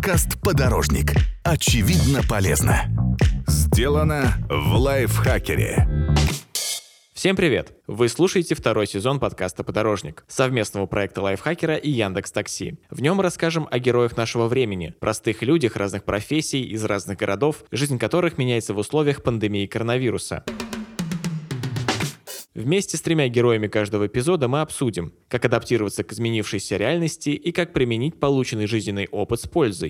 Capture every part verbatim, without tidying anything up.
Подкаст «Подорожник». Очевидно полезно. Сделано в лайфхакере. Всем привет! Вы слушаете второй сезон подкаста «Подорожник», совместного проекта Лайфхакера и Яндекс.Такси. В нем расскажем о героях нашего времени, простых людях разных профессий из разных городов, жизнь которых меняется в условиях пандемии коронавируса. Вместе с тремя героями каждого эпизода мы обсудим, как адаптироваться к изменившейся реальности и как применить полученный жизненный опыт с пользой.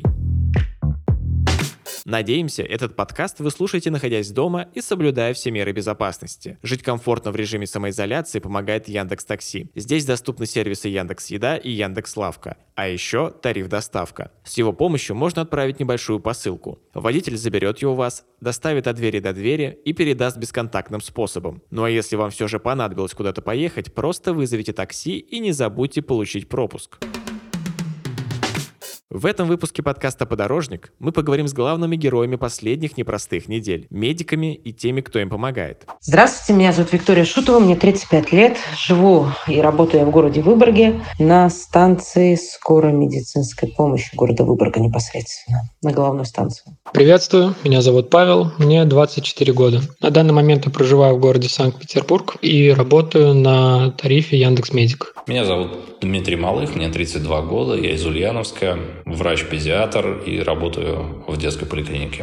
Надеемся, этот подкаст вы слушаете, находясь дома и соблюдая все меры безопасности. Жить комфортно в режиме самоизоляции помогает Яндекс.Такси. Здесь доступны сервисы Яндекс.Еда и Яндекс.Лавка, а еще тариф доставка. С его помощью можно отправить небольшую посылку. Водитель заберет ее у вас, доставит от двери до двери и передаст бесконтактным способом. Ну а если вам все же понадобилось куда-то поехать, просто вызовите такси и не забудьте получить пропуск. В этом выпуске подкаста «Подорожник» мы поговорим с главными героями последних непростых недель, медиками и теми, кто им помогает. Здравствуйте, меня зовут Виктория Шутова, мне тридцать пять лет. Живу и работаю в городе Выборге на станции скорой медицинской помощи города Выборга непосредственно, на главной станции. Приветствую, меня зовут Павел, мне двадцать четыре года. На данный момент я проживаю в городе Санкт-Петербург и работаю на тарифе Яндекс.Медик. Меня зовут Дмитрий Малых, мне тридцать два года, я из Ульяновска, врач-педиатр и работаю в детской поликлинике.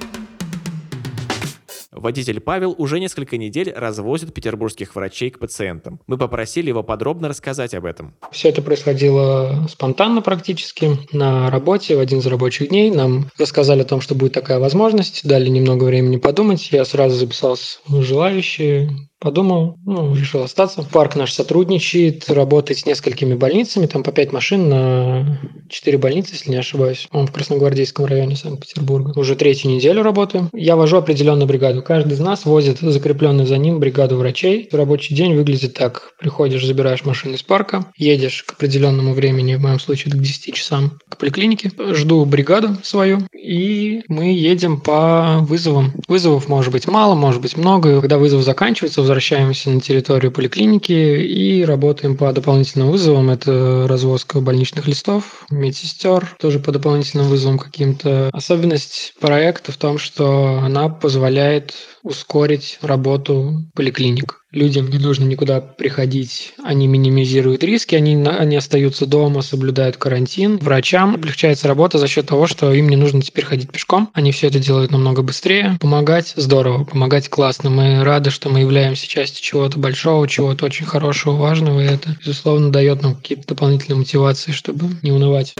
Водитель Павел уже несколько недель развозит петербургских врачей к пациентам. Мы попросили его подробно рассказать об этом. Все это происходило спонтанно практически. На работе в один из рабочих дней нам рассказали о том, что будет такая возможность, дали немного времени подумать. Я сразу записался в желающие. Подумал, ну, решил остаться. Парк наш сотрудничает, работает с несколькими больницами, там по пять машин на четыре больницы, если не ошибаюсь. Он в Красногвардейском районе Санкт-Петербурга. Уже третью неделю работаю. Я вожу определенную бригаду. Каждый из нас возит закрепленную за ним бригаду врачей. Рабочий день выглядит так. Приходишь, забираешь машину из парка, едешь к определенному времени, в моем случае к десяти часам, к поликлинике. Жду бригаду свою, и мы едем по вызовам. Вызовов может быть мало, может быть много. Когда вызов заканчивается, возвращаемся на территорию поликлиники и работаем по дополнительным вызовам. Это развозка больничных листов, медсестер, тоже по дополнительным вызовам каким-то. Особенность проекта в том, что она позволяет ускорить работу поликлиник. Людям не нужно никуда приходить, они минимизируют риски, они, они остаются дома, соблюдают карантин. Врачам облегчается работа за счет того, что им не нужно теперь ходить пешком. Они все это делают намного быстрее. Помогать здорово, помогать классно. Мы рады, что мы являемся частью чего-то большого, чего-то очень хорошего, важного, и это, безусловно, дает нам какие-то дополнительные мотивации, чтобы не унывать.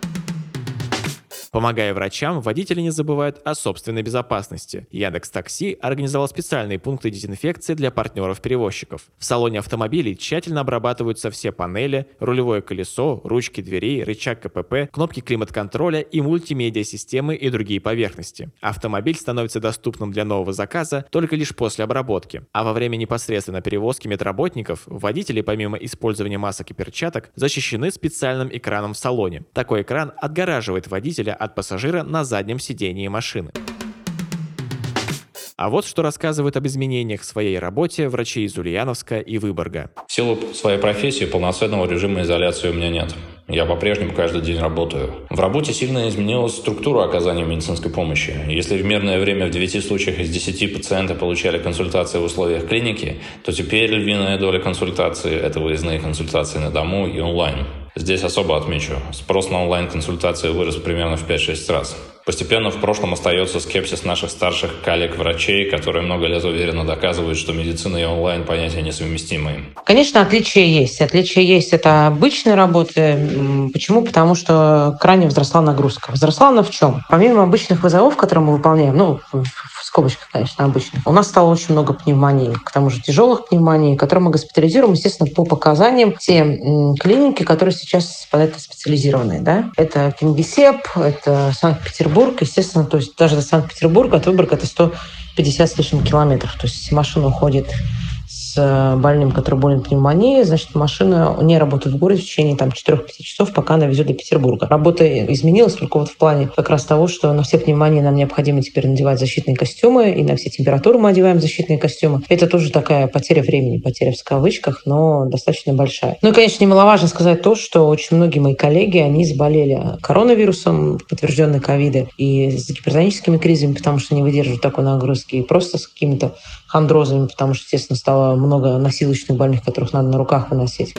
Помогая врачам, водители не забывают о собственной безопасности. Яндекс.Такси организовал специальные пункты дезинфекции для партнеров-перевозчиков. В салоне автомобилей тщательно обрабатываются все панели, рулевое колесо, ручки дверей, рычаг КПП, кнопки климат-контроля и мультимедиа-системы и другие поверхности. Автомобиль становится доступным для нового заказа только лишь после обработки. А во время непосредственно перевозки медработников водители, помимо использования масок и перчаток, защищены специальным экраном в салоне. Такой экран отгораживает водителя от пассажира на заднем сидении машины. А вот что рассказывают об изменениях в своей работе врачи из Ульяновска и Выборга. В силу своей профессии полноценного режима изоляции у меня нет. Я по-прежнему каждый день работаю. В работе сильно изменилась структура оказания медицинской помощи. Если в мирное время в девяти случаях из десяти пациенты получали консультации в условиях клиники, то теперь львиная доля консультаций – это выездные консультации на дому и онлайн. Здесь особо отмечу, спрос на онлайн-консультации вырос примерно в пять-шесть раз. Постепенно в прошлом остается скепсис наших старших коллег-врачей, которые много лет уверенно доказывают, что медицина и онлайн понятия несовместимые. Конечно, отличия есть. Отличия есть. Это обычные работы. Почему? Потому что крайне возросла нагрузка. Возросла она в чем? Помимо обычных вызовов, которые мы выполняем, ну, в скобочках, конечно, обычных, у нас стало очень много пневмоний, к тому же тяжелых пневмоний, которые мы госпитализируем, естественно, по показаниям те клиники, которые сейчас под это специализированные. Да? Это Кингисепп, это Санкт-Петербург, естественно, то есть даже до Санкт-Петербурга от Выборга это сто пятьдесят с лишним километров. То есть машина уходит с с больным, который болен пневмонией, значит, машина не работает в городе в течение там, четыре-пять часов, пока она везет до Петербурга. Работа изменилась только вот в плане как раз того, что на все пневмонии нам необходимо теперь надевать защитные костюмы, и на все температуры мы одеваем защитные костюмы. Это тоже такая потеря времени, потеря в кавычках, но достаточно большая. Ну и, конечно, немаловажно сказать то, что очень многие мои коллеги, они заболели коронавирусом, подтвержденные ковиды, и с гипертоническими кризисами, потому что не выдерживают такой нагрузки, и просто с какими-то хондрозами, потому что, естественно, стало много носилочных больных, которых надо на руках выносить.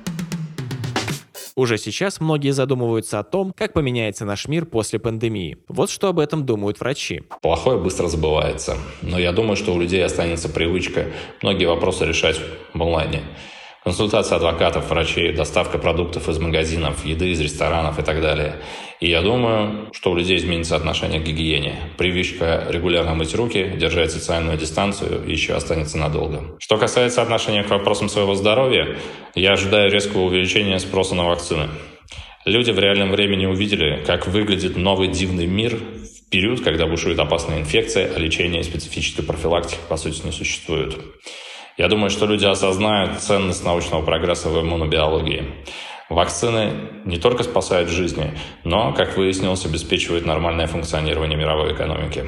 Уже сейчас многие задумываются о том, как поменяется наш мир после пандемии. Вот что об этом думают врачи. Плохое быстро забывается, но я думаю, что у людей останется привычка многие вопросы решать в онлайне. Консультация адвокатов, врачей, доставка продуктов из магазинов, еды из ресторанов и так далее. И я думаю, что у людей изменится отношение к гигиене. Привычка регулярно мыть руки, держать социальную дистанцию еще останется надолго. Что касается отношения к вопросам своего здоровья, я ожидаю резкого увеличения спроса на вакцины. Люди в реальном времени увидели, как выглядит новый дивный мир в период, когда бушует опасная инфекция, а лечения и специфической профилактики, по сути, не существует. Я думаю, что люди осознают ценность научного прогресса в иммунобиологии. Вакцины не только спасают жизни, но, как выяснилось, обеспечивают нормальное функционирование мировой экономики.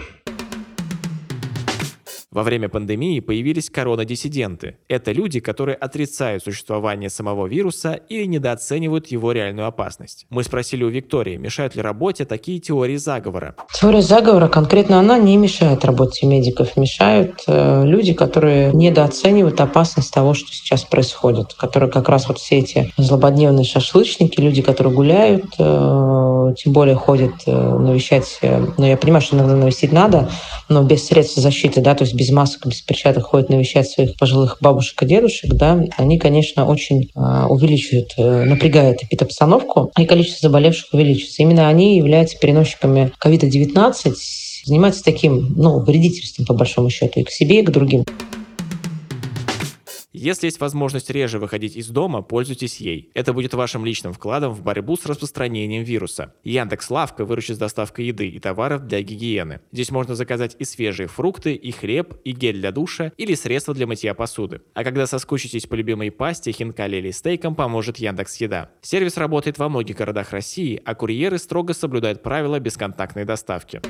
Во время пандемии появились коронадиссиденты. Это люди, которые отрицают существование самого вируса или недооценивают его реальную опасность. Мы спросили у Виктории, мешают ли работе такие теории заговора. Теория заговора, конкретно она, не мешает работе медиков. Мешают э, люди, которые недооценивают опасность того, что сейчас происходит. Которые как раз вот все эти злободневные шашлычники, люди, которые гуляют, э, тем более ходят э, навещать. Э, ну, я понимаю, что иногда навестить надо, но без средств защиты, да, то есть без масок, без перчаток ходят навещать своих пожилых бабушек и дедушек, да, они, конечно, очень э, увеличивают, э, напрягают эпидобстановку, и количество заболевших увеличится. Именно они являются переносчиками ковид девятнадцать, занимаются таким, ну, вредительством, по большому счету, и к себе, и к другим. Если есть возможность реже выходить из дома, пользуйтесь ей. Это будет вашим личным вкладом в борьбу с распространением вируса. Яндекс.Лавка выручит с доставкой еды и товаров для гигиены. Здесь можно заказать и свежие фрукты, и хлеб, и гель для душа, или средства для мытья посуды. А когда соскучитесь по любимой пасте, хинкали или стейкам, поможет Яндекс.Еда. Сервис работает во многих городах России, а курьеры строго соблюдают правила бесконтактной доставки.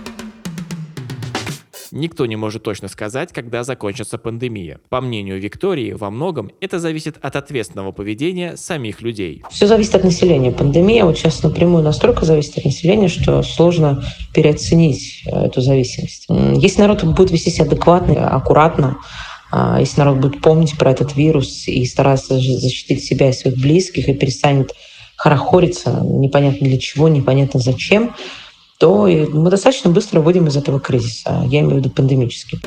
Никто не может точно сказать, когда закончится пандемия. По мнению Виктории, во многом это зависит от ответственного поведения самих людей. Все зависит от населения. Пандемия вот сейчас напрямую настолько зависит от населения, что сложно переоценить эту зависимость. Если народ будет вести себя адекватно, аккуратно, если народ будет помнить про этот вирус и стараться защитить себя и своих близких, и перестанет хорохориться непонятно для чего, непонятно зачем, то мы достаточно быстро выйдем из этого кризиса. Я имею в виду пандемический.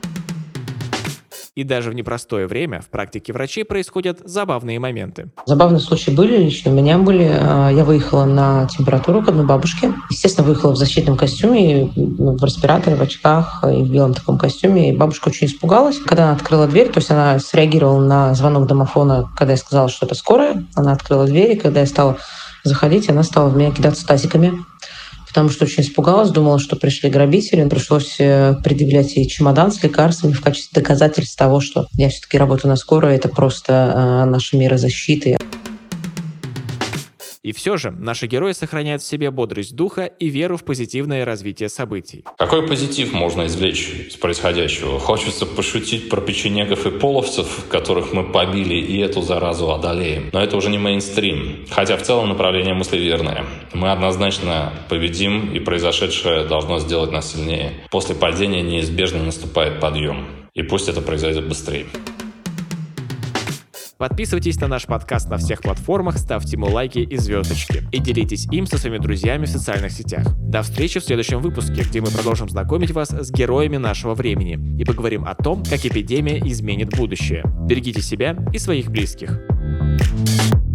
И даже в непростое время в практике врачей происходят забавные моменты. Забавные случаи были лично. У меня были. Я выехала на температуру к одной бабушке. Естественно, выехала в защитном костюме, в респираторе, в очках и в белом таком костюме. И бабушка очень испугалась. Когда она открыла дверь, то есть она среагировала на звонок домофона, когда я сказала, что это скорая. Она открыла дверь, и когда я стала заходить, она стала в меня кидаться тазиками, потому что очень испугалась, думала, что пришли грабители. Пришлось предъявлять ей чемодан с лекарствами в качестве доказательств того, что я все-таки работаю на скорой, это просто наши меры защиты. И все же наши герои сохраняют в себе бодрость духа и веру в позитивное развитие событий. Какой позитив можно извлечь из происходящего? Хочется пошутить про печенегов и половцев, которых мы побили и эту заразу одолеем. Но это уже не мейнстрим. Хотя в целом направление мысли верное. Мы однозначно победим, и произошедшее должно сделать нас сильнее. После падения неизбежно наступает подъем. И пусть это произойдет быстрее. Подписывайтесь на наш подкаст на всех платформах, ставьте ему лайки и звездочки. И делитесь им со своими друзьями в социальных сетях. До встречи в следующем выпуске, где мы продолжим знакомить вас с героями нашего времени и поговорим о том, как эпидемия изменит будущее. Берегите себя и своих близких.